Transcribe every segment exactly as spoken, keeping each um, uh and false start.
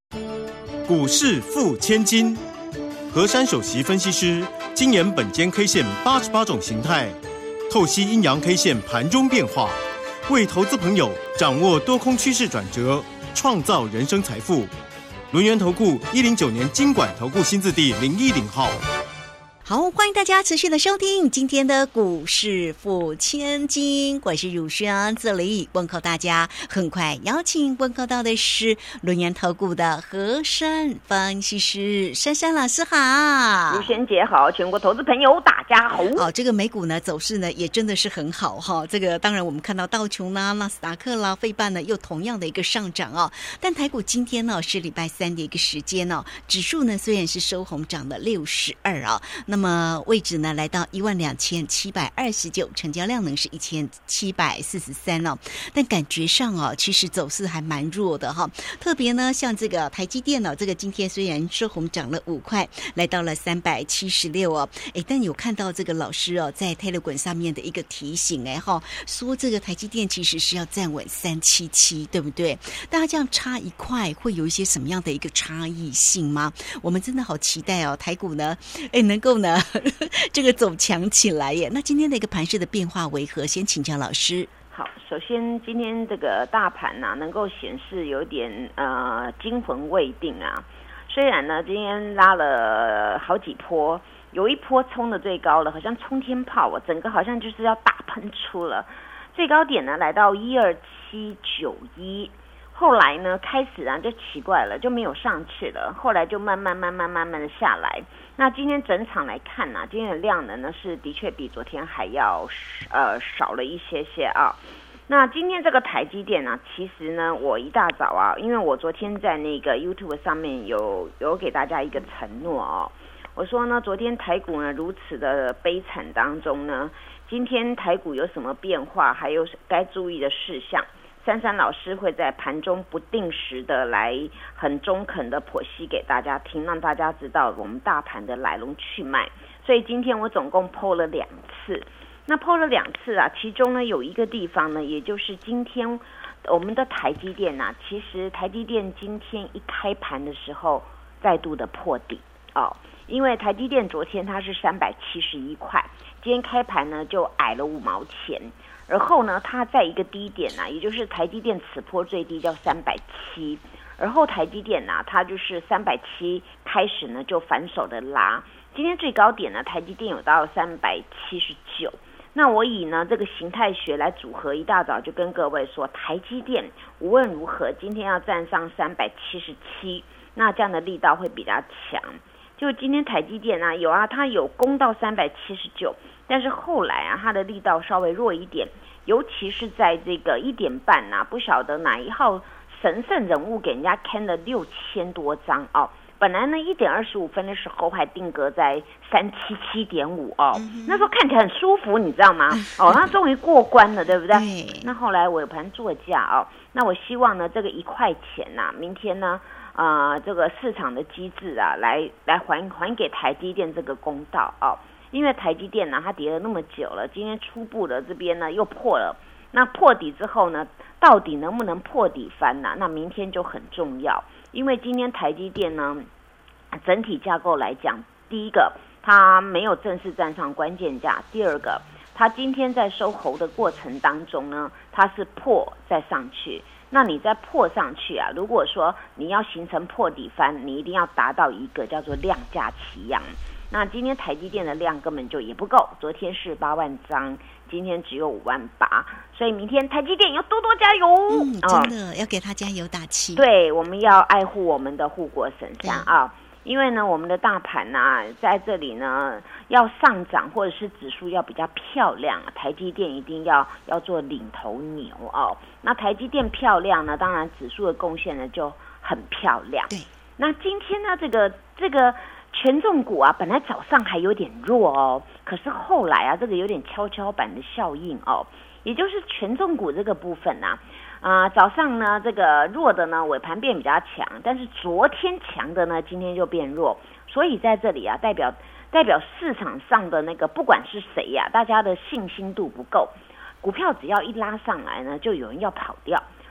股市付千金，和山首席分析师精研本间 K 线八十八种形态，透析阴阳 K 线盘中变化，为投资朋友掌握多空趋势转折，创造人生财富。轮源投顾一零九年金管投顾新字第零一零号。 好，欢迎大家持续的收听今天的股市付千金，我是汝轩，这里问候大家。很快邀请问候到的是轮源投顾的和山分析师珊珊老师好。 汝轩姐好，全国投资朋友大家好。 哦，这个美股呢走势呢也真的是很好哈。这个当然我们看到道琼啦、纳斯达克啦、费半呢又同样的一个上涨哦。但台股今天呢是礼拜三的一个时间哦，指数呢虽然是收红涨了六十二啊，那那么位置呢来到一万两千七百二十九，成交量呢是一千七百四十三哦。但感觉上哦，其实走势还蛮弱的哈。特别呢，像这个台积电哦，这个今天虽然收红涨了五块，来到了三百七十六哦。哎，但有看到这个老师哦，在 Telegram 上面的一个提醒哎哈，说这个台积电其实是要站稳三七七，对不对？大家这样差一块，会有一些什么样的一个差异性吗？我们真的好期待哦，台股呢，哎，能够呢。这个走强起来耶！那今天的一个盘势的变化为何？先请教老师。 好，首先今天这个大盘啊，能够显示有点呃惊魂未定啊。虽然呢，今天拉了好几波，有一波冲的最高了，好像冲天炮啊，整个好像就是要大喷出了。最高点呢来到一二七九一。后来呢，开始啊就奇怪了，就没有上去了。后来就慢慢慢慢慢慢的下来。那今天整场来看呢、啊，今天的量能呢是的确比昨天还要呃少了一些些啊。那今天这个台积电呢、啊，其实呢我一大早啊，因为我昨天在那个 YouTube 上面有有给大家一个承诺哦，我说呢昨天台股呢如此的悲惨当中呢，今天台股有什么变化，还有该注意的事项。珊珊老师会在盘中不定时的来很中肯的剖析给大家听，让大家知道我们大盘的来龙去脉。所以今天我总共 po 了两次，那 po 了两次啊，其中呢有一个地方呢，也就是今天我们的台积电啊，其实台积电今天一开盘的时候再度的破底哦，因为台积电昨天它是三百七十一块，今天开盘呢就矮了五毛钱。而后呢，它在一个低点啊，也就是台积电此波最低叫三百七，而后台积电啊，它就是三百七开始呢就反手的拉，今天最高点呢，台积电有到三百七十九。那我以呢这个形态学来组合，一大早就跟各位说，台积电无论如何今天要站上三百七十七，那这样的力道会比较强。就今天台积电啊，有啊，它有攻到三百七十九。但是后来啊，它的力道稍微弱一点，尤其是在这个一点半啊，不晓得哪一号神圣人物给人家看了六千多张哦。本来呢，一点二十五分的时候还定格在三七七点五哦，嗯、那时候看起来很舒服，你知道吗？哦，那终于过关了，对不对？对。那后来尾盘作价哦，那我希望呢，这个一块钱呐、啊，明天呢，啊、呃，这个市场的机制啊，来来还还给台积电这个公道哦。因为台积电呢，它跌了那么久了，今天初步的这边呢又破了，那破底之后呢，到底能不能破底翻呢、啊？那明天就很重要，因为今天台积电呢，整体架构来讲，第一个它没有正式站上关键价，第二个它今天在收红的过程当中呢，它是破再上去。那你再破上去啊，如果说你要形成破底翻，你一定要达到一个叫做量价齐扬。那今天台积电的量根本就也不够，昨天是八万张，今天只有五万八，所以明天台积电要多多加油。 嗯，真的、哦、要给他加油打气。 对，我们要爱护我们的护国神山啊，因为呢，我们的大盘啊，在这里呢要上涨或者是指数要比较漂亮，台积电一定要要做领头牛哦。那台积电漂亮呢，当然指数的贡献呢就很漂亮。对，那今天呢，这个这个。权重股啊，本来早上还有点弱哦，可是后来啊，这个有点跷跷板的效应哦，也就是权重股这个部分啊，啊、呃，早上呢这个弱的呢尾盘变比较强，但是昨天强的呢今天就变弱，所以在这里啊，代表代表市场上的那个不管是谁呀、啊，大家的信心度不够，股票只要一拉上来呢，就有人要跑掉。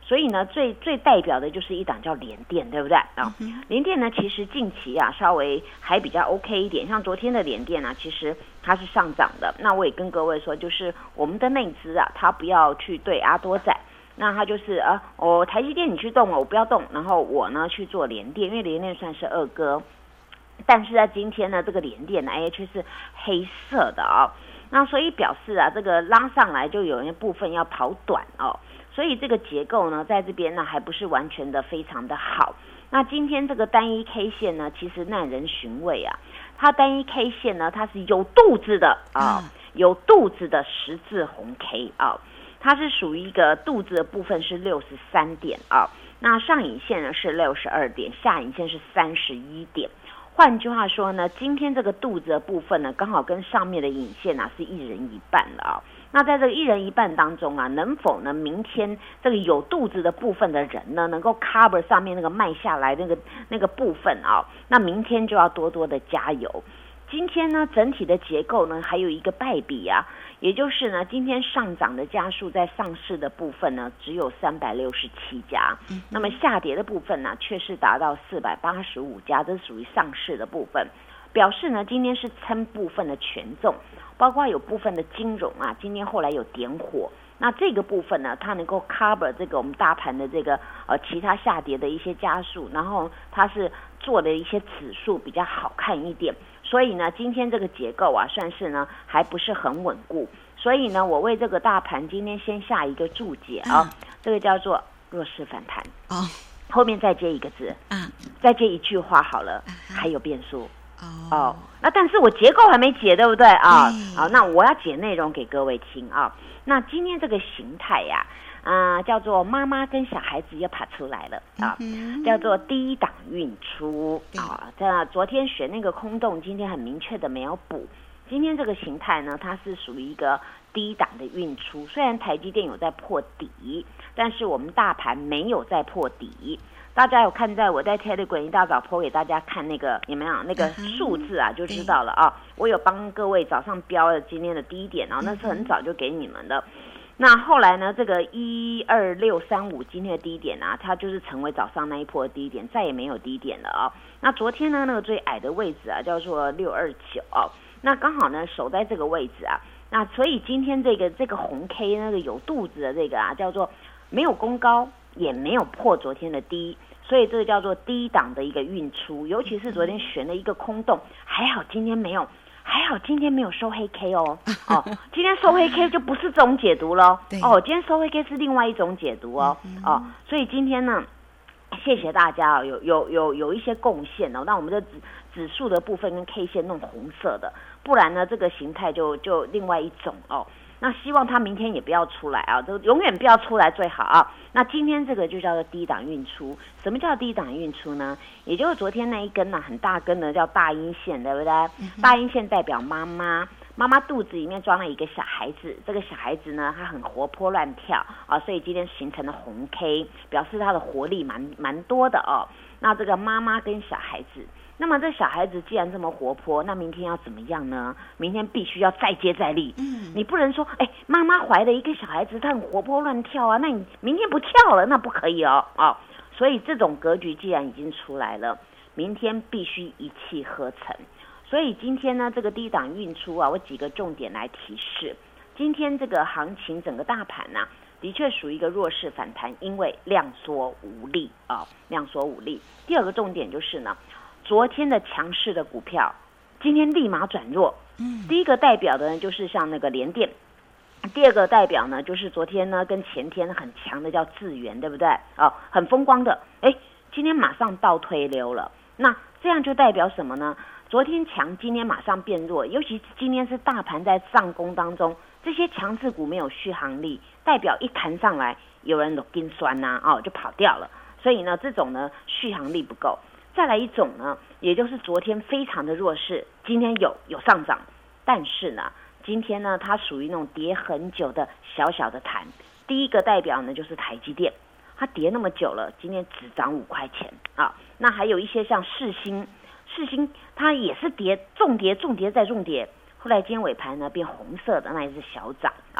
所以呢，最最代表的就是一档叫联电，对不对啊？联电呢，其实近期啊稍微还比较 OK 一点，像昨天的联电啊，其实它是上涨的。那我也跟各位说，就是我们的内资啊，它不要去对阿多仔，那它就是啊，我台积电你去动了，我不要动，然后我呢去做联电，因为联电算是二哥。但是在今天呢，这个联电呢，哎，却是黑色的哦。那所以表示啊，这个拉上来就有一部分要跑短哦。所以这个结构呢，在这边呢还不是完全的非常的好。那今天这个单一 K 线呢，其实耐人寻味啊。它单一 K 线呢，它是有肚子的啊、哦，有肚子的十字红 K 啊、哦，它是属于一个肚子的部分是六十三点啊、哦，那上影线呢是六十二点，下影线是三十一点。换句话说呢，今天这个肚子的部分呢，刚好跟上面的影线啊是一人一半了啊、哦。那在这个一人一半当中啊，能否呢明天这个有肚子的部分的人呢，能够 cover 上面那个卖下来那个那个部分啊、哦？那明天就要多多的加油。今天呢，整体的结构呢还有一个败笔啊，也就是呢，今天上涨的家数在上市的部分呢只有三百六十七家，嗯、那么下跌的部分呢却是达到四百八十五家，这是属于上市的部分。表示呢，今天是撑部分的权重，包括有部分的金融啊，今天后来有点火，那这个部分呢，它能够 cover 这个我们大盘的这个呃其他下跌的一些家数，然后它是做的一些指数比较好看一点，所以呢，今天这个结构啊，算是呢还不是很稳固，所以呢，我为这个大盘今天先下一个注解啊，嗯、这个叫做弱势反弹哦，后面再接一个字，嗯，再接一句话好了，嗯、还有变数。哦，那但是我结构还没解，对不对啊？好，那我要解内容给各位听啊。那今天这个形态呀、啊，啊、呃，叫做妈妈跟小孩子又跑出来了啊，嗯、叫做低档运出啊。这昨天选那个空洞，今天很明确的没有补。今天这个形态呢，它是属于一个低档的运出，虽然台积电有在破底，但是我们大盘没有在破底。大家有看在我在 Telegram 一大早 po 给大家看那个有没有那个数字啊，就知道了啊。我有帮各位早上标了今天的低点，然后那是很早就给你们的。那后来呢，这个一二六三五今天的低点啊，它就是成为早上那一波的低点，再也没有低点了啊。那昨天呢，那个最矮的位置啊，叫做六二九啊，那刚好呢守在这个位置啊。那所以今天这个这个红 K 那个有肚子的这个啊，叫做没有攻高，也没有破昨天的低，所以这个叫做低档的一个运出，尤其是昨天选了一个空洞，还好今天没有，还好今天没有收黑 K 哦，哦，今天收黑 K 就不是这种解读咯，哦，今天收黑 K 是另外一种解读哦，哦，所以今天呢，谢谢大家哦，有有有有一些贡献哦，那我们的指指数的部分跟 K 线弄红色的，不然呢这个形态就就另外一种哦。那希望它明天也不要出来啊，就永远不要出来最好啊。那今天这个就叫做低档运出。什么叫低档运出呢？也就是昨天那一根呢、啊，很大根的叫大阴线，对不对？嗯、大阴线代表妈妈，妈妈肚子里面装了一个小孩子，这个小孩子呢，他很活泼乱跳啊，所以今天形成了红 K， 表示他的活力蛮蛮多的哦。那这个妈妈跟小孩子。那么这小孩子既然这么活泼，那明天要怎么样呢？明天必须要再接再厉。嗯，你不能说，哎，妈妈怀了一个小孩子，他很活泼乱跳啊，那你明天不跳了，那不可以哦，哦。所以这种格局既然已经出来了，明天必须一气呵成。所以今天呢，这个低档运出啊，我几个重点来提示。今天这个行情整个大盘啊，的确属于一个弱势反弹，因为量缩无力啊，量缩无力。第二个重点就是呢。昨天的强势的股票，今天立马转弱。嗯，第一个代表的呢，就是像那个联电；第二个代表呢，就是昨天呢跟前天很强的叫智原，对不对？哦，很风光的，哎，今天马上倒推溜了。那这样就代表什么呢？昨天强，今天马上变弱，尤其今天是大盘在上攻当中，这些强势股没有续航力，代表一弹上来，有人都跟酸呐、啊，哦，就跑掉了。所以呢，这种呢续航力不够。再来一种呢，也就是昨天非常的弱势，今天有有上涨，但是呢，今天呢它属于那种跌很久的小小的弹。第一个代表呢就是台积电，它跌那么久了，今天只涨五块钱啊。那还有一些像世芯，世芯它也是跌重跌重跌再重跌，后来今天尾盘呢变红色的，那也是小涨啊。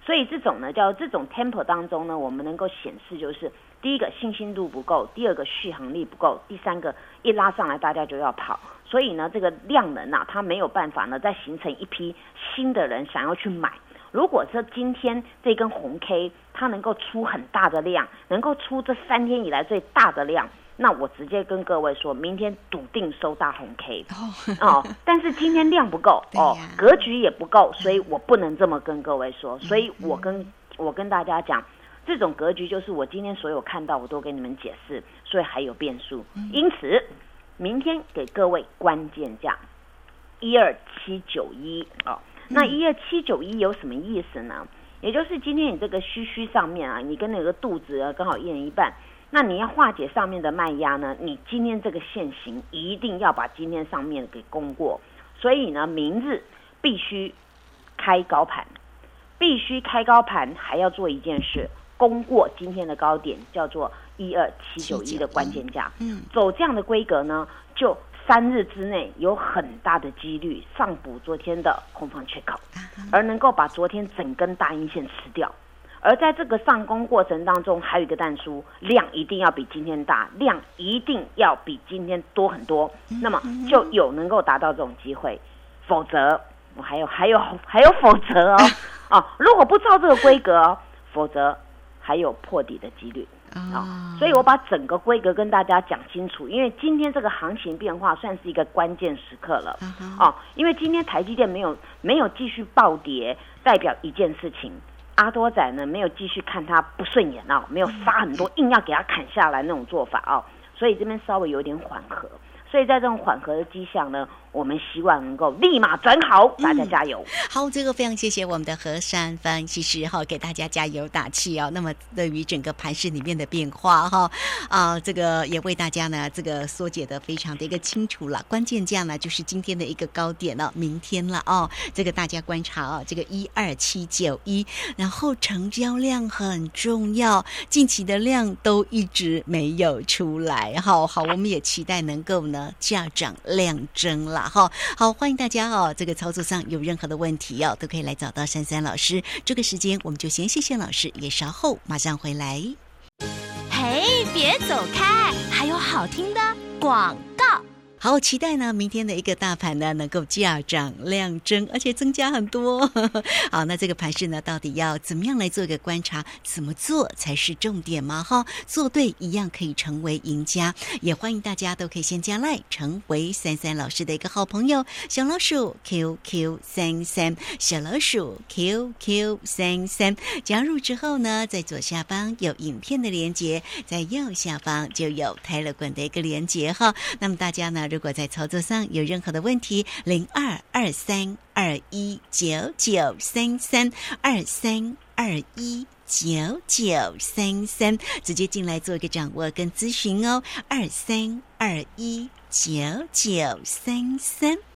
所以这种呢，叫这种 tempo 当中呢，我们能够显示就是第一个信心度不够，第二个续航力不够，第三个一拉上来大家就要跑，所以呢，这个量能啊，它没有办法呢再形成一批新的人想要去买。如果说今天这根红 K 它能够出很大的量，能够出这三天以来最大的量，那我直接跟各位说，明天笃定收大红 K 哦。但是今天量不够哦，格局也不够，所以我不能这么跟各位说。所以我跟我跟大家讲，这种格局就是我今天所有看到我都跟你们解释，所以还有变数。因此，明天给各位关键价一二七九一哦。那一二七九一有什么意思呢？也就是今天你这个虚虚上面啊，你跟那个肚子啊刚好一人一半。那你要化解上面的卖压呢，你今天这个线型一定要把今天上面给攻过，所以呢，明日必须开高盘，必须开高盘，还要做一件事，攻过今天的高点，叫做一二七九一的关键价。嗯，走这样的规格呢，就三日之内有很大的几率上补昨天的空方缺口，而能够把昨天整根大阴线吃掉。而在这个上攻过程当中，还有一个但书，量一定要比今天大，量一定要比今天多很多，那么就有能够达到这种机会。否则，我还有还有还有否则哦，啊，如果不照这个规格哦，否则还有破底的几率。啊，所以我把整个规格跟大家讲清楚，因为今天这个行情变化算是一个关键时刻了。哦，因为今天台积电没有没有继续暴跌，代表一件事情。阿多仔呢没有继续看他不顺眼啊、哦，没有杀很多，硬要给他砍下来那种做法啊、哦，所以这边稍微有点缓和。所以在这种缓和的迹象呢，我们希望能够立马转好，大家加油。 嗯、好，这个非常谢谢我们的和珊分析师哈，给大家加油打气哦。那么对于整个盘势里面的变化哈啊，这个也为大家呢这个缩解的非常的一个清楚了。关键价呢就是今天的一个高点了，明天了哦。这个大家观察哦，这个一二七九一，然后成交量很重要，近期的量都一直没有出来。好好，我们也期待能够呢。价涨量增了哈，好，欢迎大家哦。这个操作上有任何的问题哦，都可以来找到珊珊老师。这个时间我们就先谢谢老师，也稍后马上回来。 嘿，别走开，还有好听的广告。 好，期待呢，明天的一个大盘呢能够价涨量增，而且增加很多。好，那这个盘势呢，到底要怎么样来做一个观察？怎么做才是重点吗？哈，做对一样可以成为赢家。也欢迎大家都可以先加赖，成为珊珊老师的一个好朋友。小老鼠 Q Q 三三，小老鼠 Q Q 三三，加入之后呢，在左下方有影片的连结，在右下方就有Telegram的一个连结哈。那么大家呢？如果在操作上有任何的问题，零二二三二一九九三三二三二一九九三三，直接进来做一个掌握跟咨询哦，二三二一九九三三。